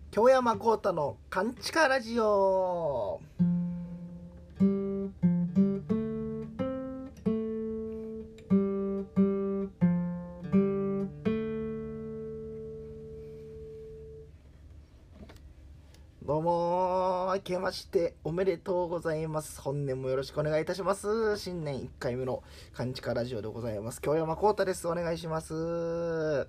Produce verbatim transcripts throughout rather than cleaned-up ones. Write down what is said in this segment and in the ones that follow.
京山豪太の勘違ラジオ。どうも明けましておめでとうございます。本年もよろしくお願いいたします。新年いっかいめの勘違ラジオでございます。京山豪太です。お願いします。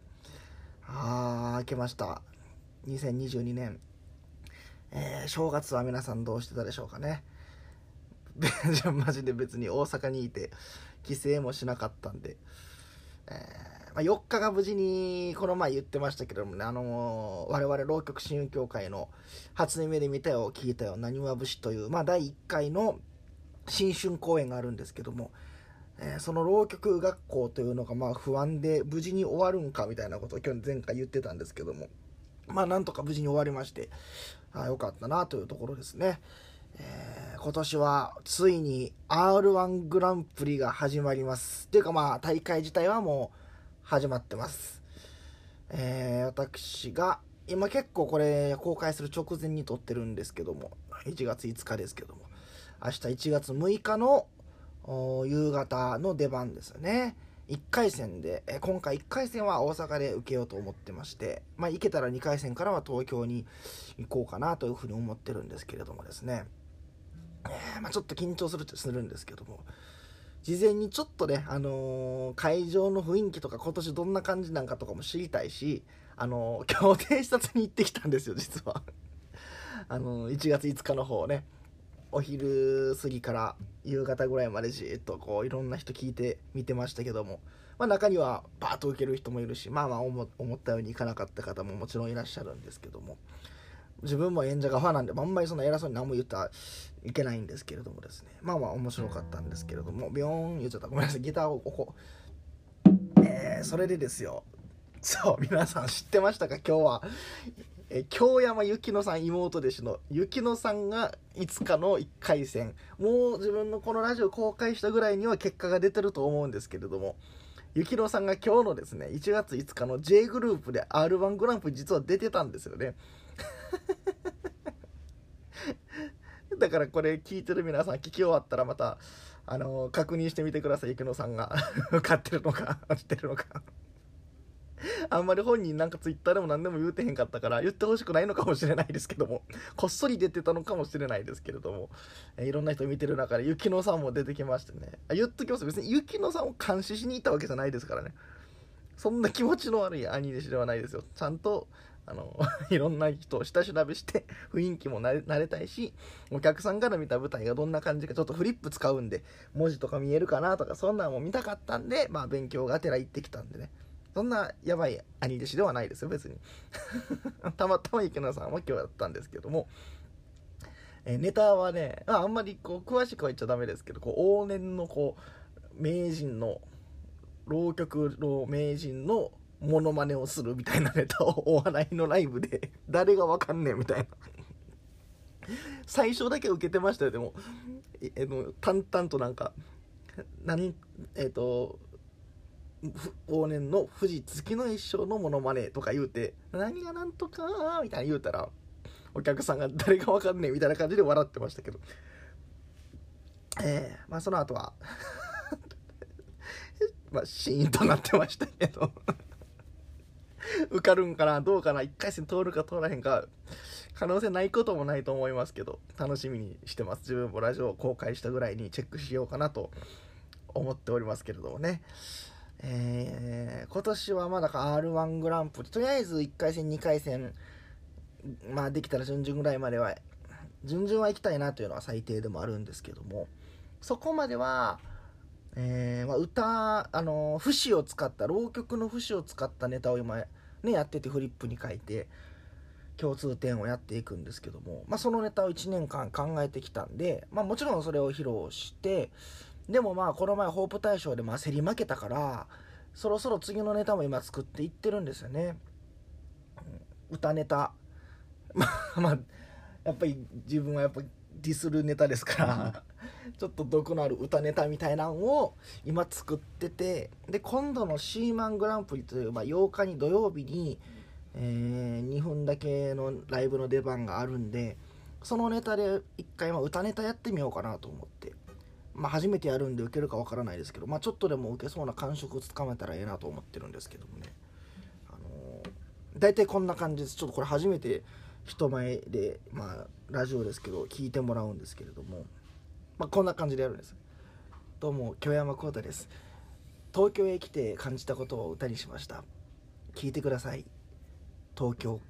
あー明けましたにせんにじゅうにねん、えー、正月は皆さんどうしてたでしょうかね。じゃマジで別に大阪にいて帰省もしなかったんで、えーまあ、よっかが無事にこの前言ってましたけどもね、あのー、我々浪曲親友協会の初夢で見たよ聞いたよなにわ節という、まあ、だいいっかいの新春公演があるんですけども、えー、その浪曲学校というのがまあ不安で無事に終わるんかみたいなことを去年前回言ってたんですけども、まあなんとか無事に終わりまして、あよかったなというところですね。えー、今年はついに アールワン グランプリが始まります。っていうかまあ大会自体はもう始まってます。えー、私が今結構これ公開する直前に撮ってるんですけども、いちがついつかですけども、明日いちがつむいかの夕方の出番ですよね。いっかい戦で、え今回いっかい戦は大阪で受けようと思ってまして、まあ行けたらにかい戦からは東京に行こうかなというふうに思ってるんですけれどもですね、えーまあ、ちょっと緊張するってするんですけども、事前にちょっとね、あのー、会場の雰囲気とか今年どんな感じなんかとかも知りたいし、あのー、今日偵察に行ってきたんですよ実はあのー、いちがついつかの方ね、お昼過ぎから夕方ぐらいまでじっとこういろんな人聞いて見てましたけども、まあ、中にはバーッと受ける人もいるし、まあまあ 思, 思ったようにいかなかった方ももちろんいらっしゃるんですけども、自分も演者がファンなんであんまりそんな偉そうに何も言ったらいけないんですけれどもですね、まあまあ面白かったんですけれども、ビヨーン言っちゃった、ごめんなさい、ギターをここ、えー、それでですよ、そう皆さん知ってましたか。今日はえ京山幸乃さん、妹弟子の幸乃さんがいつかのいっかい戦、もう自分のこのラジオ公開したぐらいには結果が出てると思うんですけれども、幸乃さんが今日のですねいちがついつかの J グループで アールワン グランプリ実は出てたんですよねだからこれ聞いてる皆さん聞き終わったらまたあのー、確認してみてください。幸乃さんが勝ってるのか落ちてるのかあんまり本人なんかツイッターでも何でも言うてへんかったから言ってほしくないのかもしれないですけども、こっそり出てたのかもしれないですけれども、えー、いろんな人見てる中で幸乃さんも出てきましてね、あ言っときます、別に幸乃さんを監視しに行ったわけじゃないですからね。そんな気持ちの悪い兄弟子ではないですよ。ちゃんとあのいろんな人を下調べして雰囲気も慣れ、慣れたいし、お客さんから見た舞台がどんな感じかちょっとフリップ使うんで文字とか見えるかなとかそんなのも見たかったんで、まあ勉強がてら行ってきたんでね、そんなやばい兄弟子ではないですよ別にたまたま池野さんは今日だったんですけども、えー、ネタはね、あんまりこう詳しくは言っちゃダメですけど、こう往年のこう名人の浪曲の名人のモノマネをするみたいなネタをお笑いのライブで誰がわかんねえみたいな最初だけ受けてましたよ。でもえの淡々となんか何えっ、ー、と往年の富士月の一生のモノマネとか言うて、何がなんとかみたいな言うたらお客さんが誰がわかんねえみたいな感じで笑ってましたけど、えー、まあその後はまあシーンとなってましたけど受かるんかなどうかな、いっかい戦通るか通らへんか可能性ないこともないと思いますけど、楽しみにしてます。自分もラジオを公開したぐらいにチェックしようかなと思っておりますけれどもね。えー、今年はまだ アールワン グランプリとりあえずいっかい戦にかい戦、まあできたら準々ぐらいまでは準々は行きたいなというのは最低でもあるんですけども、そこまではえーまあ、歌あの節を使った浪曲の節を使ったネタを今ねやっててフリップに書いて共通点をやっていくんですけども、まあ、そのネタをいちねんかん考えてきたんで、まあ、もちろんそれを披露して、でもまあこの前ホープ大賞でまあ競り負けたからそろそろ次のネタも今作っていってるんですよね。歌ネタまあまあやっぱり自分はやっぱディスるネタですからちょっと毒のある歌ネタみたいなのを今作ってて、で今度のシーマングランプリという、まあ、ようかに土曜日に、えー、にふんだけのライブの出番があるんで、そのネタで一回まあ歌ネタやってみようかなと思って、まあ初めてやるんで受けるかわからないですけど、まあちょっとでも受けそうな感触をつかめたらええなと思ってるんですけどもね。あのー、大体こんな感じです。ちょっとこれ初めて人前で、まあラジオですけど聞いてもらうんですけれども、まあこんな感じでやるんです。どうも、京山幸太です。東京へ来て感じたことを歌にしました。聞いてください。東京。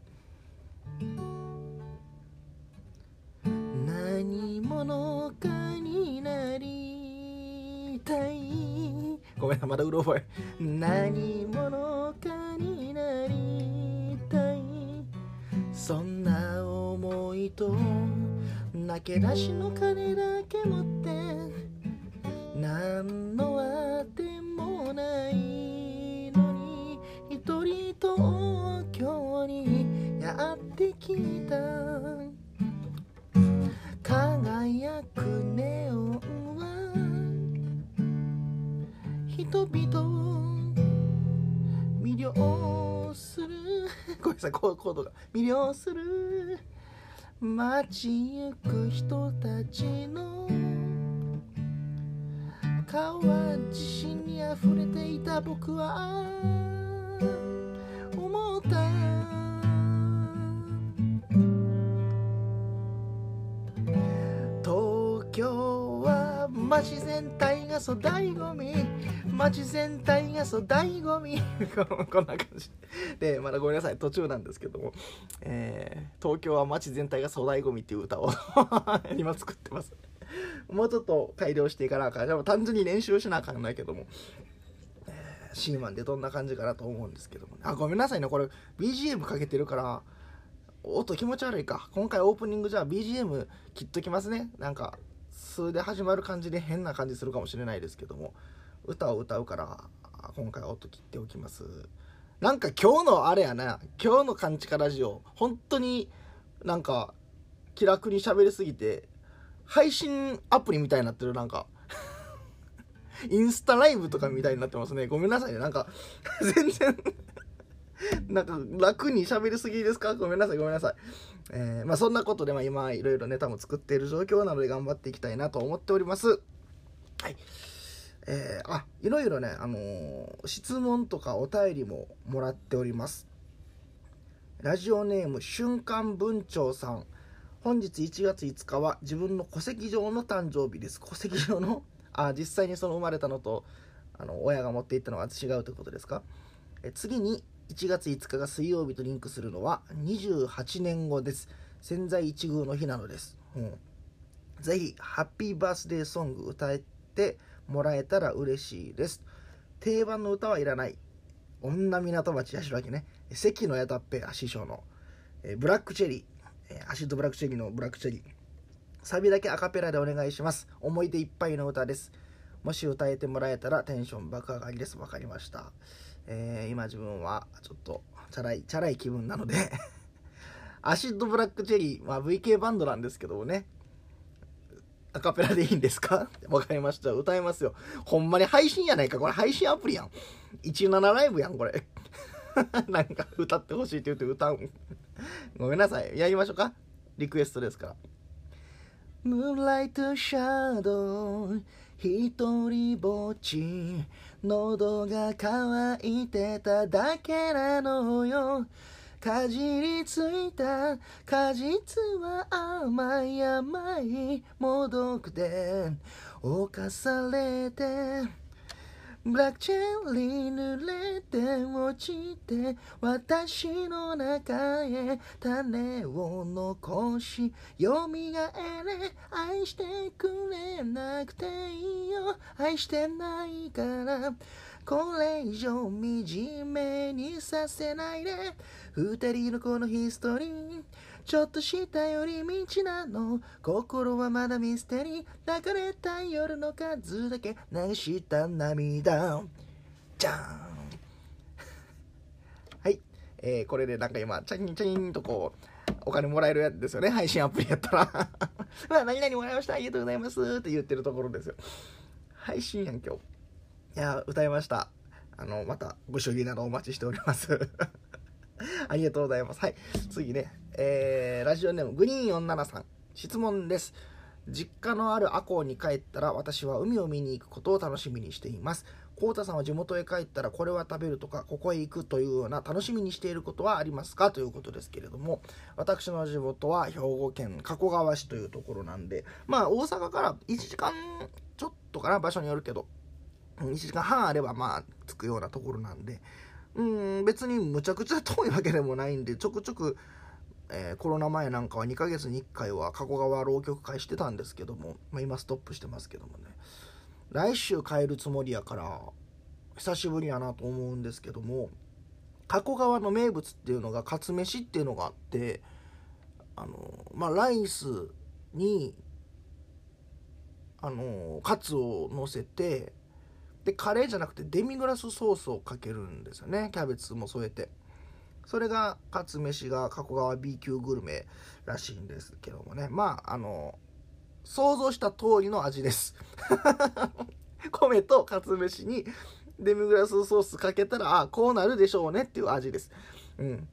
何者かになりたい。ごめんな、まだうろ覚え。何者かになりたい。そんな思いとなけなしの金だけ持って何のあてもないのに一人東京にやってきた。輝くネオンは人々を魅了するごめんなさい、コードが魅了する。街行く人たちの顔は自信にあふれていた。僕は思った。東京は街全体が粗大ゴミ、街全体が粗大ゴミこんな感じで、まだごめんなさい、途中なんですけども、えー、東京は街全体が粗大ゴミっていう歌を今作ってます。もうちょっと改良していかなあかん。でも単純に練習しなあかんないけども、えー、シーマンでどんな感じかなと思うんですけども、ね、あ、ごめんなさいね、これ ビージーエム かけてるから音気持ち悪いか。今回オープニングじゃあ ビージーエム 切っときますね。なんか数で始まる感じで変な感じするかもしれないですけども、歌を歌うから今回は音切っておきます。なんか今日のあれやな、今日のカンチカラジオ本当になんか気楽に喋りすぎて配信アプリみたいになってる。なんかインスタライブとかみたいになってますね。ごめんなさいね、なんか全然なんか楽に喋りすぎですか。ごめんなさいごめんなさい。えー、まあそんなことで、まあ今いろいろネタも作っている状況なので頑張っていきたいなと思っております。はい。えー、あ、いろいろね、あのー、質問とかお便りももらっております。ラジオネーム瞬間文鳥さん。本日いちがついつかは自分の戸籍上の誕生日です。戸籍上のあ、実際にその生まれたのとあの親が持っていったのは違うということですか。え次にいちがついつかが水曜日とリンクするのはにじゅうはちねんごです。千載一遇の日なのです。うん、ぜひハッピーバースデーソング歌えてもらえたら嬉しいです。定番の歌はいらない。女港町八代明ね。関のやたっぺ師匠の、えブラックチェリー、アシッドブラックチェリーのブラックチェリー。サビだけアカペラでお願いします。思い出いっぱいの歌です。もし歌えてもらえたらテンション爆上がりです。わかりました。えー、今自分はちょっとチャラいチャラい気分なのでアシッドブラックチェリー、まあ、ブイケー バンドなんですけどね、アカペラでいいんですか。わかりました。歌いますよ。ほんまに配信やないか。これ配信アプリやん。じゅうななライブやんこれなんか歌ってほしいって言って歌うごめんなさい。やりましょうか。リクエストですから。ムーンライトシャドウ一人ぼっち、喉が渇いてただけなのよ。かじりついた果実は甘い甘いもどくで侵されて、ブラックチェリー濡れて落ちて私の中へ種を残しよみがえれ。愛してくれなくていいよ、愛してないからこれ以上惨めにさせないで。二人のこのヒストリーちょっとした寄り道なの。心はまだミステリー。抱かれた夜の数だけ流した涙じゃーんはい、えー、これでなんか今チャリンチャリンとこうお金もらえるやつですよね。配信アプリやったらまあ何々もらいましたありがとうございますって言ってるところですよ。配信やん今日。いや歌いました。あのまたご祝儀などお待ちしておりますありがとうございます。はい、次ね、えー、ラジオネームグリーンよんじゅうななさん、質問です。実家のある赤穂に帰ったら私は海を見に行くことを楽しみにしています。コウタさんは地元へ帰ったらこれは食べるとかここへ行くというような楽しみにしていることはありますかということですけれども、私の地元は兵庫県加古川市というところなんで、まあ大阪からいちじかんちょっとかな、場所によるけどいちじかんはんあればまあ着くようなところなんで、うーん別にむちゃくちゃ遠いわけでもないんで、ちょくちょくえー、コロナ前なんかはにかげつにいっかいは加古川浪曲会してたんですけども、まあ、今ストップしてますけどもね、来週帰るつもりやから久しぶりやなと思うんですけども、加古川の名物っていうのがカツ飯っていうのがあって、あのまあライスにあのカツを乗せて、でカレーじゃなくてデミグラスソースをかけるんですよね。キャベツも添えて、それがカツ飯が加古川 B 級グルメらしいんですけどもね、まああの想像した通りの味です米とカツ飯にデミグラスソースかけたら、あこうなるでしょうねっていう味です。うん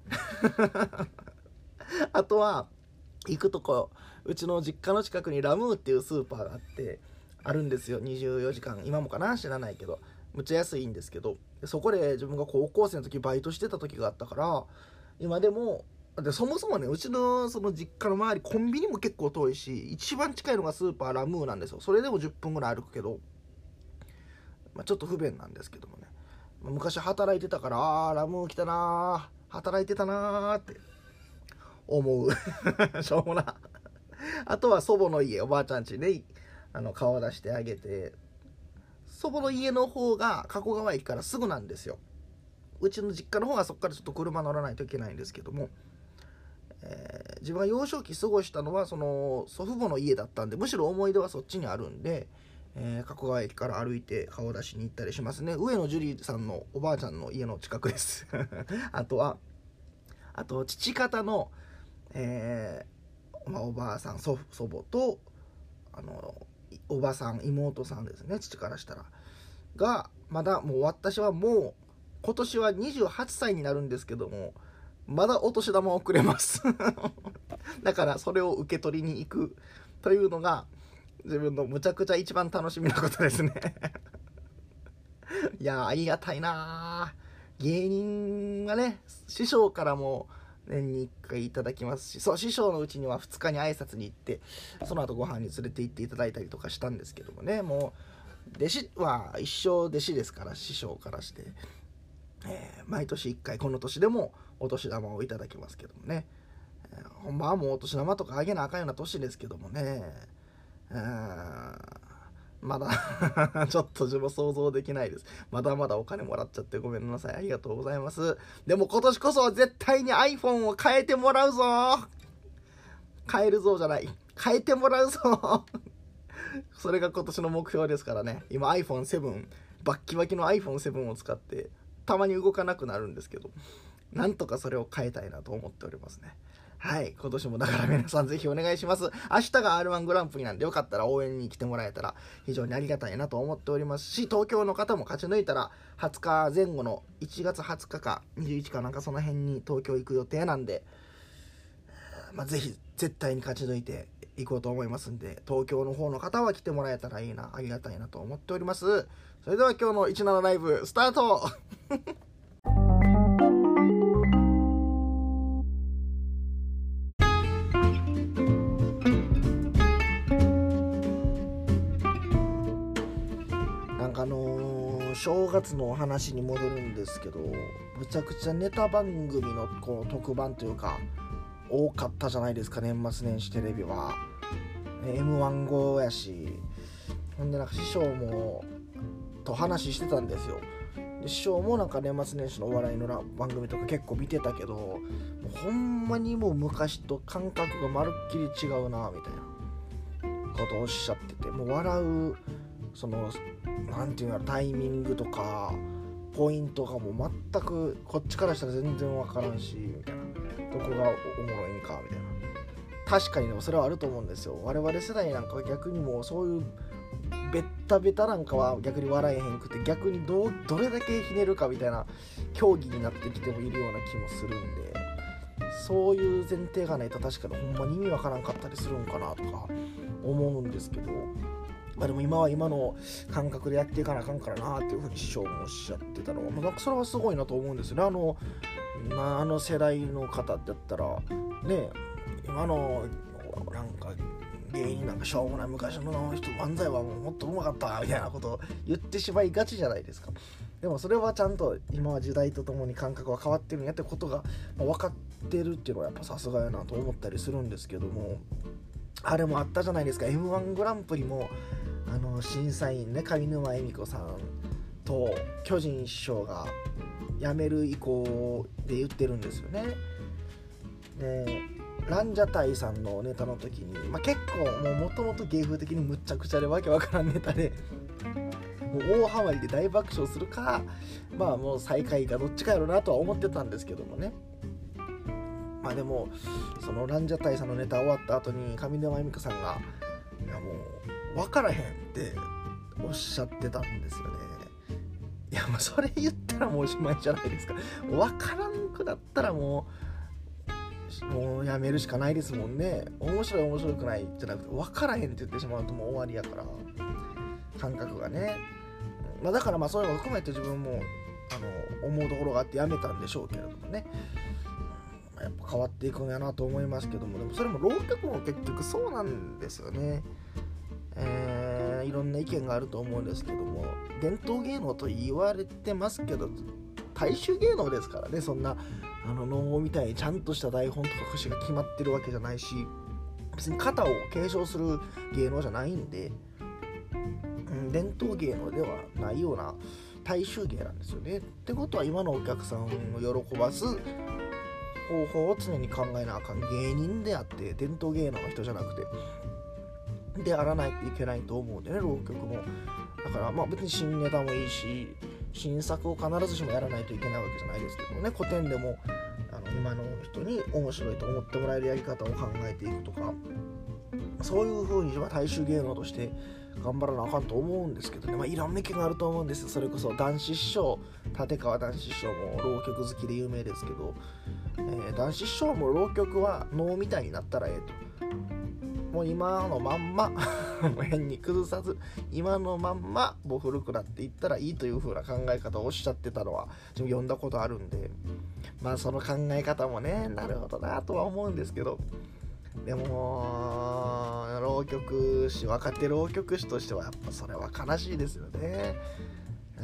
あとは行くとこ、うちの実家の近くにラムーっていうスーパーがあってあるんですよ。にじゅうよじかん、今もかな知らないけど、むっちゃ安いんですけど、そこで自分が高校生の時バイトしてた時があったから、今でもでそもそもね、うちのその実家の周りコンビニも結構遠いし、一番近いのがスーパーラムーなんですよ。それでもじゅっぷんぐらい歩くけど、まあ、ちょっと不便なんですけどもね、昔働いてたから、あーラムー来たなー、働いてたなーって思うしょうもなあとは祖母の家、おばあちゃん家で、ね、あの顔出してあげて、祖母の家の方が加古川駅からすぐなんですよ。うちの実家の方はそこからちょっと車乗らないといけないんですけども、えー、自分が幼少期過ごしたのはその祖父母の家だったんで、むしろ思い出はそっちにあるんで、えー、加古川駅から歩いて顔出しに行ったりしますね。上野樹里さんのおばあちゃんの家の近くですあとはあと父方の、えーまあ、おばあさん、祖父祖母とあのおばさん、妹さんですね、父からしたらがまだ、もう私はもう今年はにじゅうはっさいになるんですけども、まだお年玉をくれますだからそれを受け取りに行くというのが自分のむちゃくちゃ一番楽しみなことですねいやーありがたいなー。芸人がね、師匠からも年にいっかいいただきますし、そう師匠のうちにはふつかに挨拶に行って、その後ご飯に連れて行っていただいたりとかしたんですけどもね、もう弟子は一生弟子ですから、師匠からして、えー、毎年いっかいこの年でもお年玉をいただきますけどもね、えー、ほんまはもうお年玉とかあげなあかんような年ですけどもね、まだちょっと自分想像できないです。まだまだお金もらっちゃってごめんなさい。ありがとうございます。でも今年こそは絶対に iPhone を変えてもらうぞ。変えるぞじゃない、変えてもらうぞそれが今年の目標ですからね。今 アイフォンセブン、 バッキバキの アイフォンセブン を使ってたまに動かなくなるんですけど、なんとかそれを変えたいなと思っておりますね。はい、今年もだから皆さんぜひお願いします。明日が アールワン グランプリなんで、よかったら応援に来てもらえたら非常にありがたいなと思っておりますし、東京の方も勝ち抜いたらはつかぜん後のいちがつはつかかにじゅういちかなんかその辺に東京行く予定なんで、まあ、ぜひ絶対に勝ち抜いていこうと思いますんで、東京の方の方は来てもらえたらいいな、ありがたいなと思っております。それでは今日のじゅうななライブスタートなんかあのー、正月のお話に戻るんですけど、むちゃくちゃネタ番組のこう特番というか多かったじゃないですか、年末年始テレビは。 エムワン 後やし、ほんでなんか師匠もと話してたんですよ。で師匠もなんか年末年始のお笑いの番組とか結構見てたけど、もうほんまにもう昔と感覚がまるっきり違うなみたいなことをおっしゃってて、もう笑うそのなんていうのタイミングとかポイントがもう全くこっちからしたら全然わからんしみたいな、どこがおもろいんかみたいな。確かにでもそれはあると思うんですよ。我々世代なんかは逆にもうそういうベッタベタなんかは逆に笑えへんくて、逆にどうどれだけひねるかみたいな競技になってきてもいるような気もするんで、そういう前提がないと確かにほんまに意味わからんかったりするんかなとか思うんですけど、まあ、でも今は今の感覚でやっていかなあかんからなっていうふうに師匠もおっしゃってたのは、まあ、なんかそれはすごいなと思うんですよね。あの、まあ、あの世代の方だったらね、今のなんか芸人なんかしょうもない昔の人漫才はもっと上手かったみたいなことを言ってしまいがちじゃないですか。でもそれはちゃんと今は時代とともに感覚は変わってるんやってことが分かってるっていうのはやっぱさすがやなと思ったりするんですけども、あれもあったじゃないですか。 エムワン グランプリもあの審査員ね、上沼恵美子さんと巨人師匠が辞める意向で言ってるんですよね。でランジャタイさんのネタの時に、まあ、結構もともと芸風的にむっちゃくちゃでわけわからんネタでもう大ハマりで大爆笑するか、まあもう最下位かどっちかやろうなとは思ってたんですけどもね。まあでもそのランジャタイさんのネタ終わった後に上沼恵美子さんがいやもう分からへんっておっしゃってたんですよね。いやもうそれ言ったらもうおしまいじゃないですか。分からんくなったらもうもうやめるしかないですもんね。面白い面白くないじゃなくて分からへんって言ってしまうともう終わりやから、感覚がね、まあ、だからまあそういうのを含めて自分もあの思うところがあってやめたんでしょうけれどもね、やっぱ変わっていくんやなと思いますけども、でもそれも浪曲も結局そうなんですよね。えー、いろんな意見があると思うんですけども、伝統芸能と言われてますけど大衆芸能ですからね。そんなあの能みたいにちゃんとした台本とか節が決まってるわけじゃないし、別に型を継承する芸能じゃないんで、うん、伝統芸能ではないような大衆芸なんですよね。ってことは今のお客さんを喜ばす方法を常に考えなあかん芸人であって、伝統芸能の人じゃなくてであらないといけないと思うんでね、浪曲も。だからまあ別に新ネタもいいし新作を必ずしもやらないといけないわけじゃないですけどね、古典でもあの今の人に面白いと思ってもらえるやり方を考えていくとか、そういう風には大衆芸能として頑張らなあかんと思うんですけどね。まあいろんな意見があると思うんですよ。それこそ談志師匠、立川談志師匠も浪曲好きで有名ですけど、えー、談志師匠も浪曲は能みたいになったらええと、もう今のまんまもう変に崩さず今のまんまもう古くなっていったらいいという風な考え方をおっしゃってたのは自分読んだことあるんで、まあその考え方もねなるほどなとは思うんですけど、でも浪曲師、若手浪曲師としてはやっぱそれは悲しいですよね。う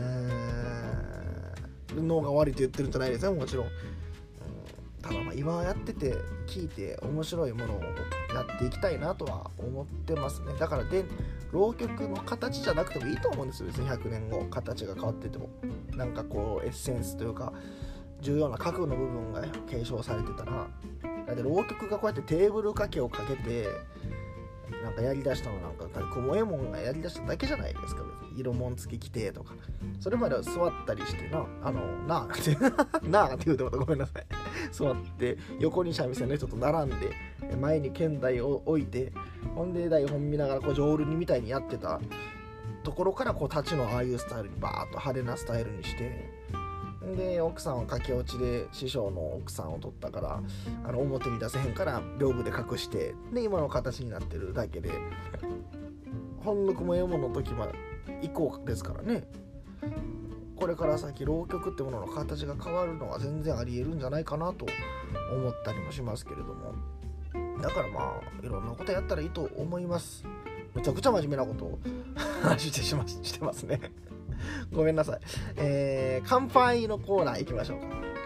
ーん、脳が悪いと言ってるんじゃないですよ、もちろん。ただまあ今やってて聞いて面白いものをやっていきたいなとは思ってますね。だからで浪曲の形じゃなくてもいいと思うんですよ。別にひゃくねんご形が変わってても、なんかこうエッセンスというか重要な核の部分が継承されてたら、だって浪曲がこうやってテーブル掛けをかけてなんかやりだしたのなんか雲右衛門がやりだしただけじゃないですか。別に色紋付き着てとか、それまでは座ったりしてな、あのなあってなあって言うてもごめんなさい座って横に三味線の人と並んで前に剣台を置いて、ほんで台本見ながらこう浄瑠璃みたいにやってたところからこう立ちのああいうスタイルにバーッと派手なスタイルにして、で奥さんは駆け落ちで師匠の奥さんを取ったからあの表に出せへんから屏風で隠して、で今の形になってるだけで、本の雲右衛門の時は以降ですからね。これから先浪曲ってものの形が変わるのは全然ありえるんじゃないかなと思ったりもしますけれども、だからまあいろんなことやったらいいと思います。めちゃくちゃ真面目なことを話してしましてますねごめんなさい。えー、乾杯のコーナー行きましょうか。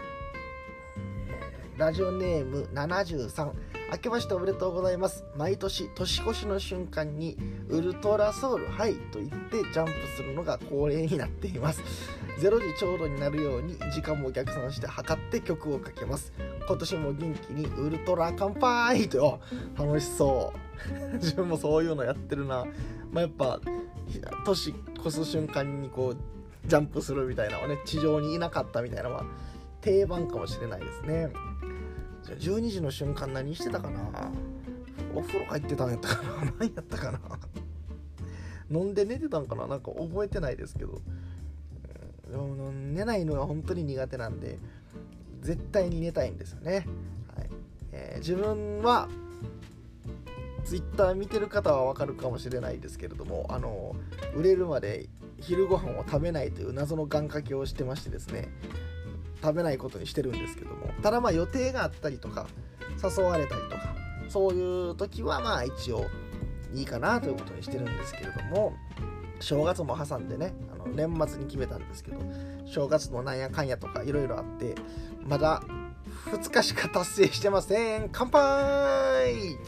ラジオネームななじゅうさん、明けましておめでとうございます。毎年年越しの瞬間にウルトラソウルはいと言ってジャンプするのが恒例になっています。ゼロじちょうどになるように時間も逆算して測って曲をかけます。今年も元気にウルトラ乾杯と、楽しそう自分もそういうのやってるな。まあ、やっぱ年越す瞬間にこうジャンプするみたいなのはね、地上にいなかったみたいなのは定番かもしれないですね。じゃあじゅうにじの瞬間何してたかな。お風呂入ってたんやったかな何やったかな飲んで寝てたんかな、なんか覚えてないですけど、 寝ないのは本当に苦手なんで絶対に寝たいんですよね、はいえー、自分はツイッター見てる方はわかるかもしれないですけれども、あの売れるまで昼ご飯を食べないという謎の願掛けをしてましてですね、食べないことにしてるんですけども、ただまあ予定があったりとか誘われたりとかそういう時はまあ一応いいかなということにしてるんですけれども、正月も挟んでね、あの年末に決めたんですけど、正月のなんやかんやとかいろいろあってまだふつかしか達成してません。乾杯。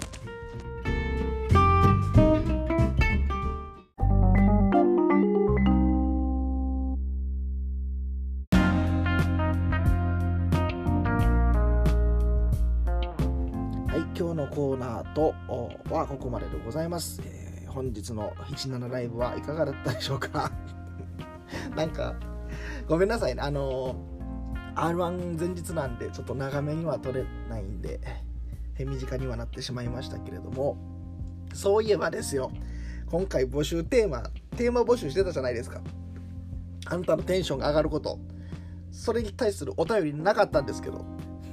今日のコーナーとはここまででございます、えー、本日のななじゅうななライブはいかがだったでしょうかなんかごめんなさいね、あのー、アールワン 前日なんでちょっと長めには撮れないんで手短にはなってしまいましたけれども、そういえばですよ、今回募集テーマテーマ募集してたじゃないですか。あんたのテンションが上がること、それに対するお便りなかったんですけど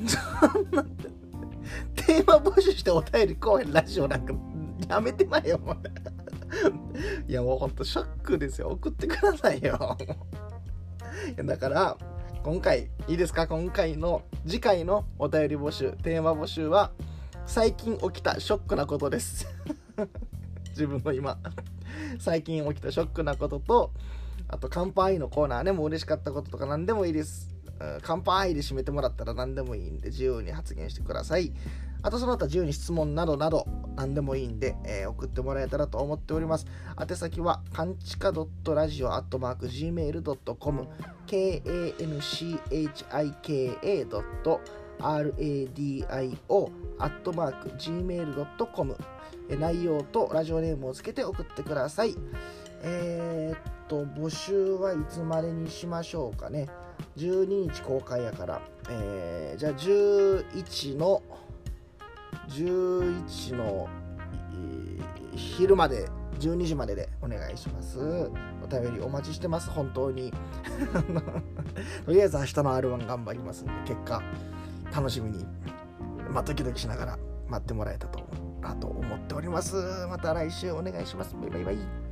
テーマ募集してお便りこうへんラジオなんかやめてまえよいやもうほんとショックですよ、送ってくださいよいやだから今回いいですか、今回の次回のお便り募集テーマ募集は最近起きたショックなことです自分の今最近起きたショックなことと、あと乾杯のコーナーね、もう嬉しかったこととか何でもいいです。乾杯で締めてもらったら何でもいいんで自由に発言してください。あとその他自由に質問などなど何でもいいんで、えー、送ってもらえたらと思っております。宛先はかんちか .radio アットマーク ジーメールドットコム カンチカ ドット ラディオ アットマーク ジーメールドットコム、 内容とラジオネームをつけて送ってください。えー、っと募集はいつまでにしましょうかね。じゅうににち公開やから、えー、じゃあじゅういちのじゅういちの昼までじゅうにじまででお願いします。お便りお待ちしてます、本当にとりあえず明日の アールワン 頑張りますんで、結果楽しみにまあドキドキしながら待ってもらえたとなと思っております。また来週お願いします。バイバイバイ。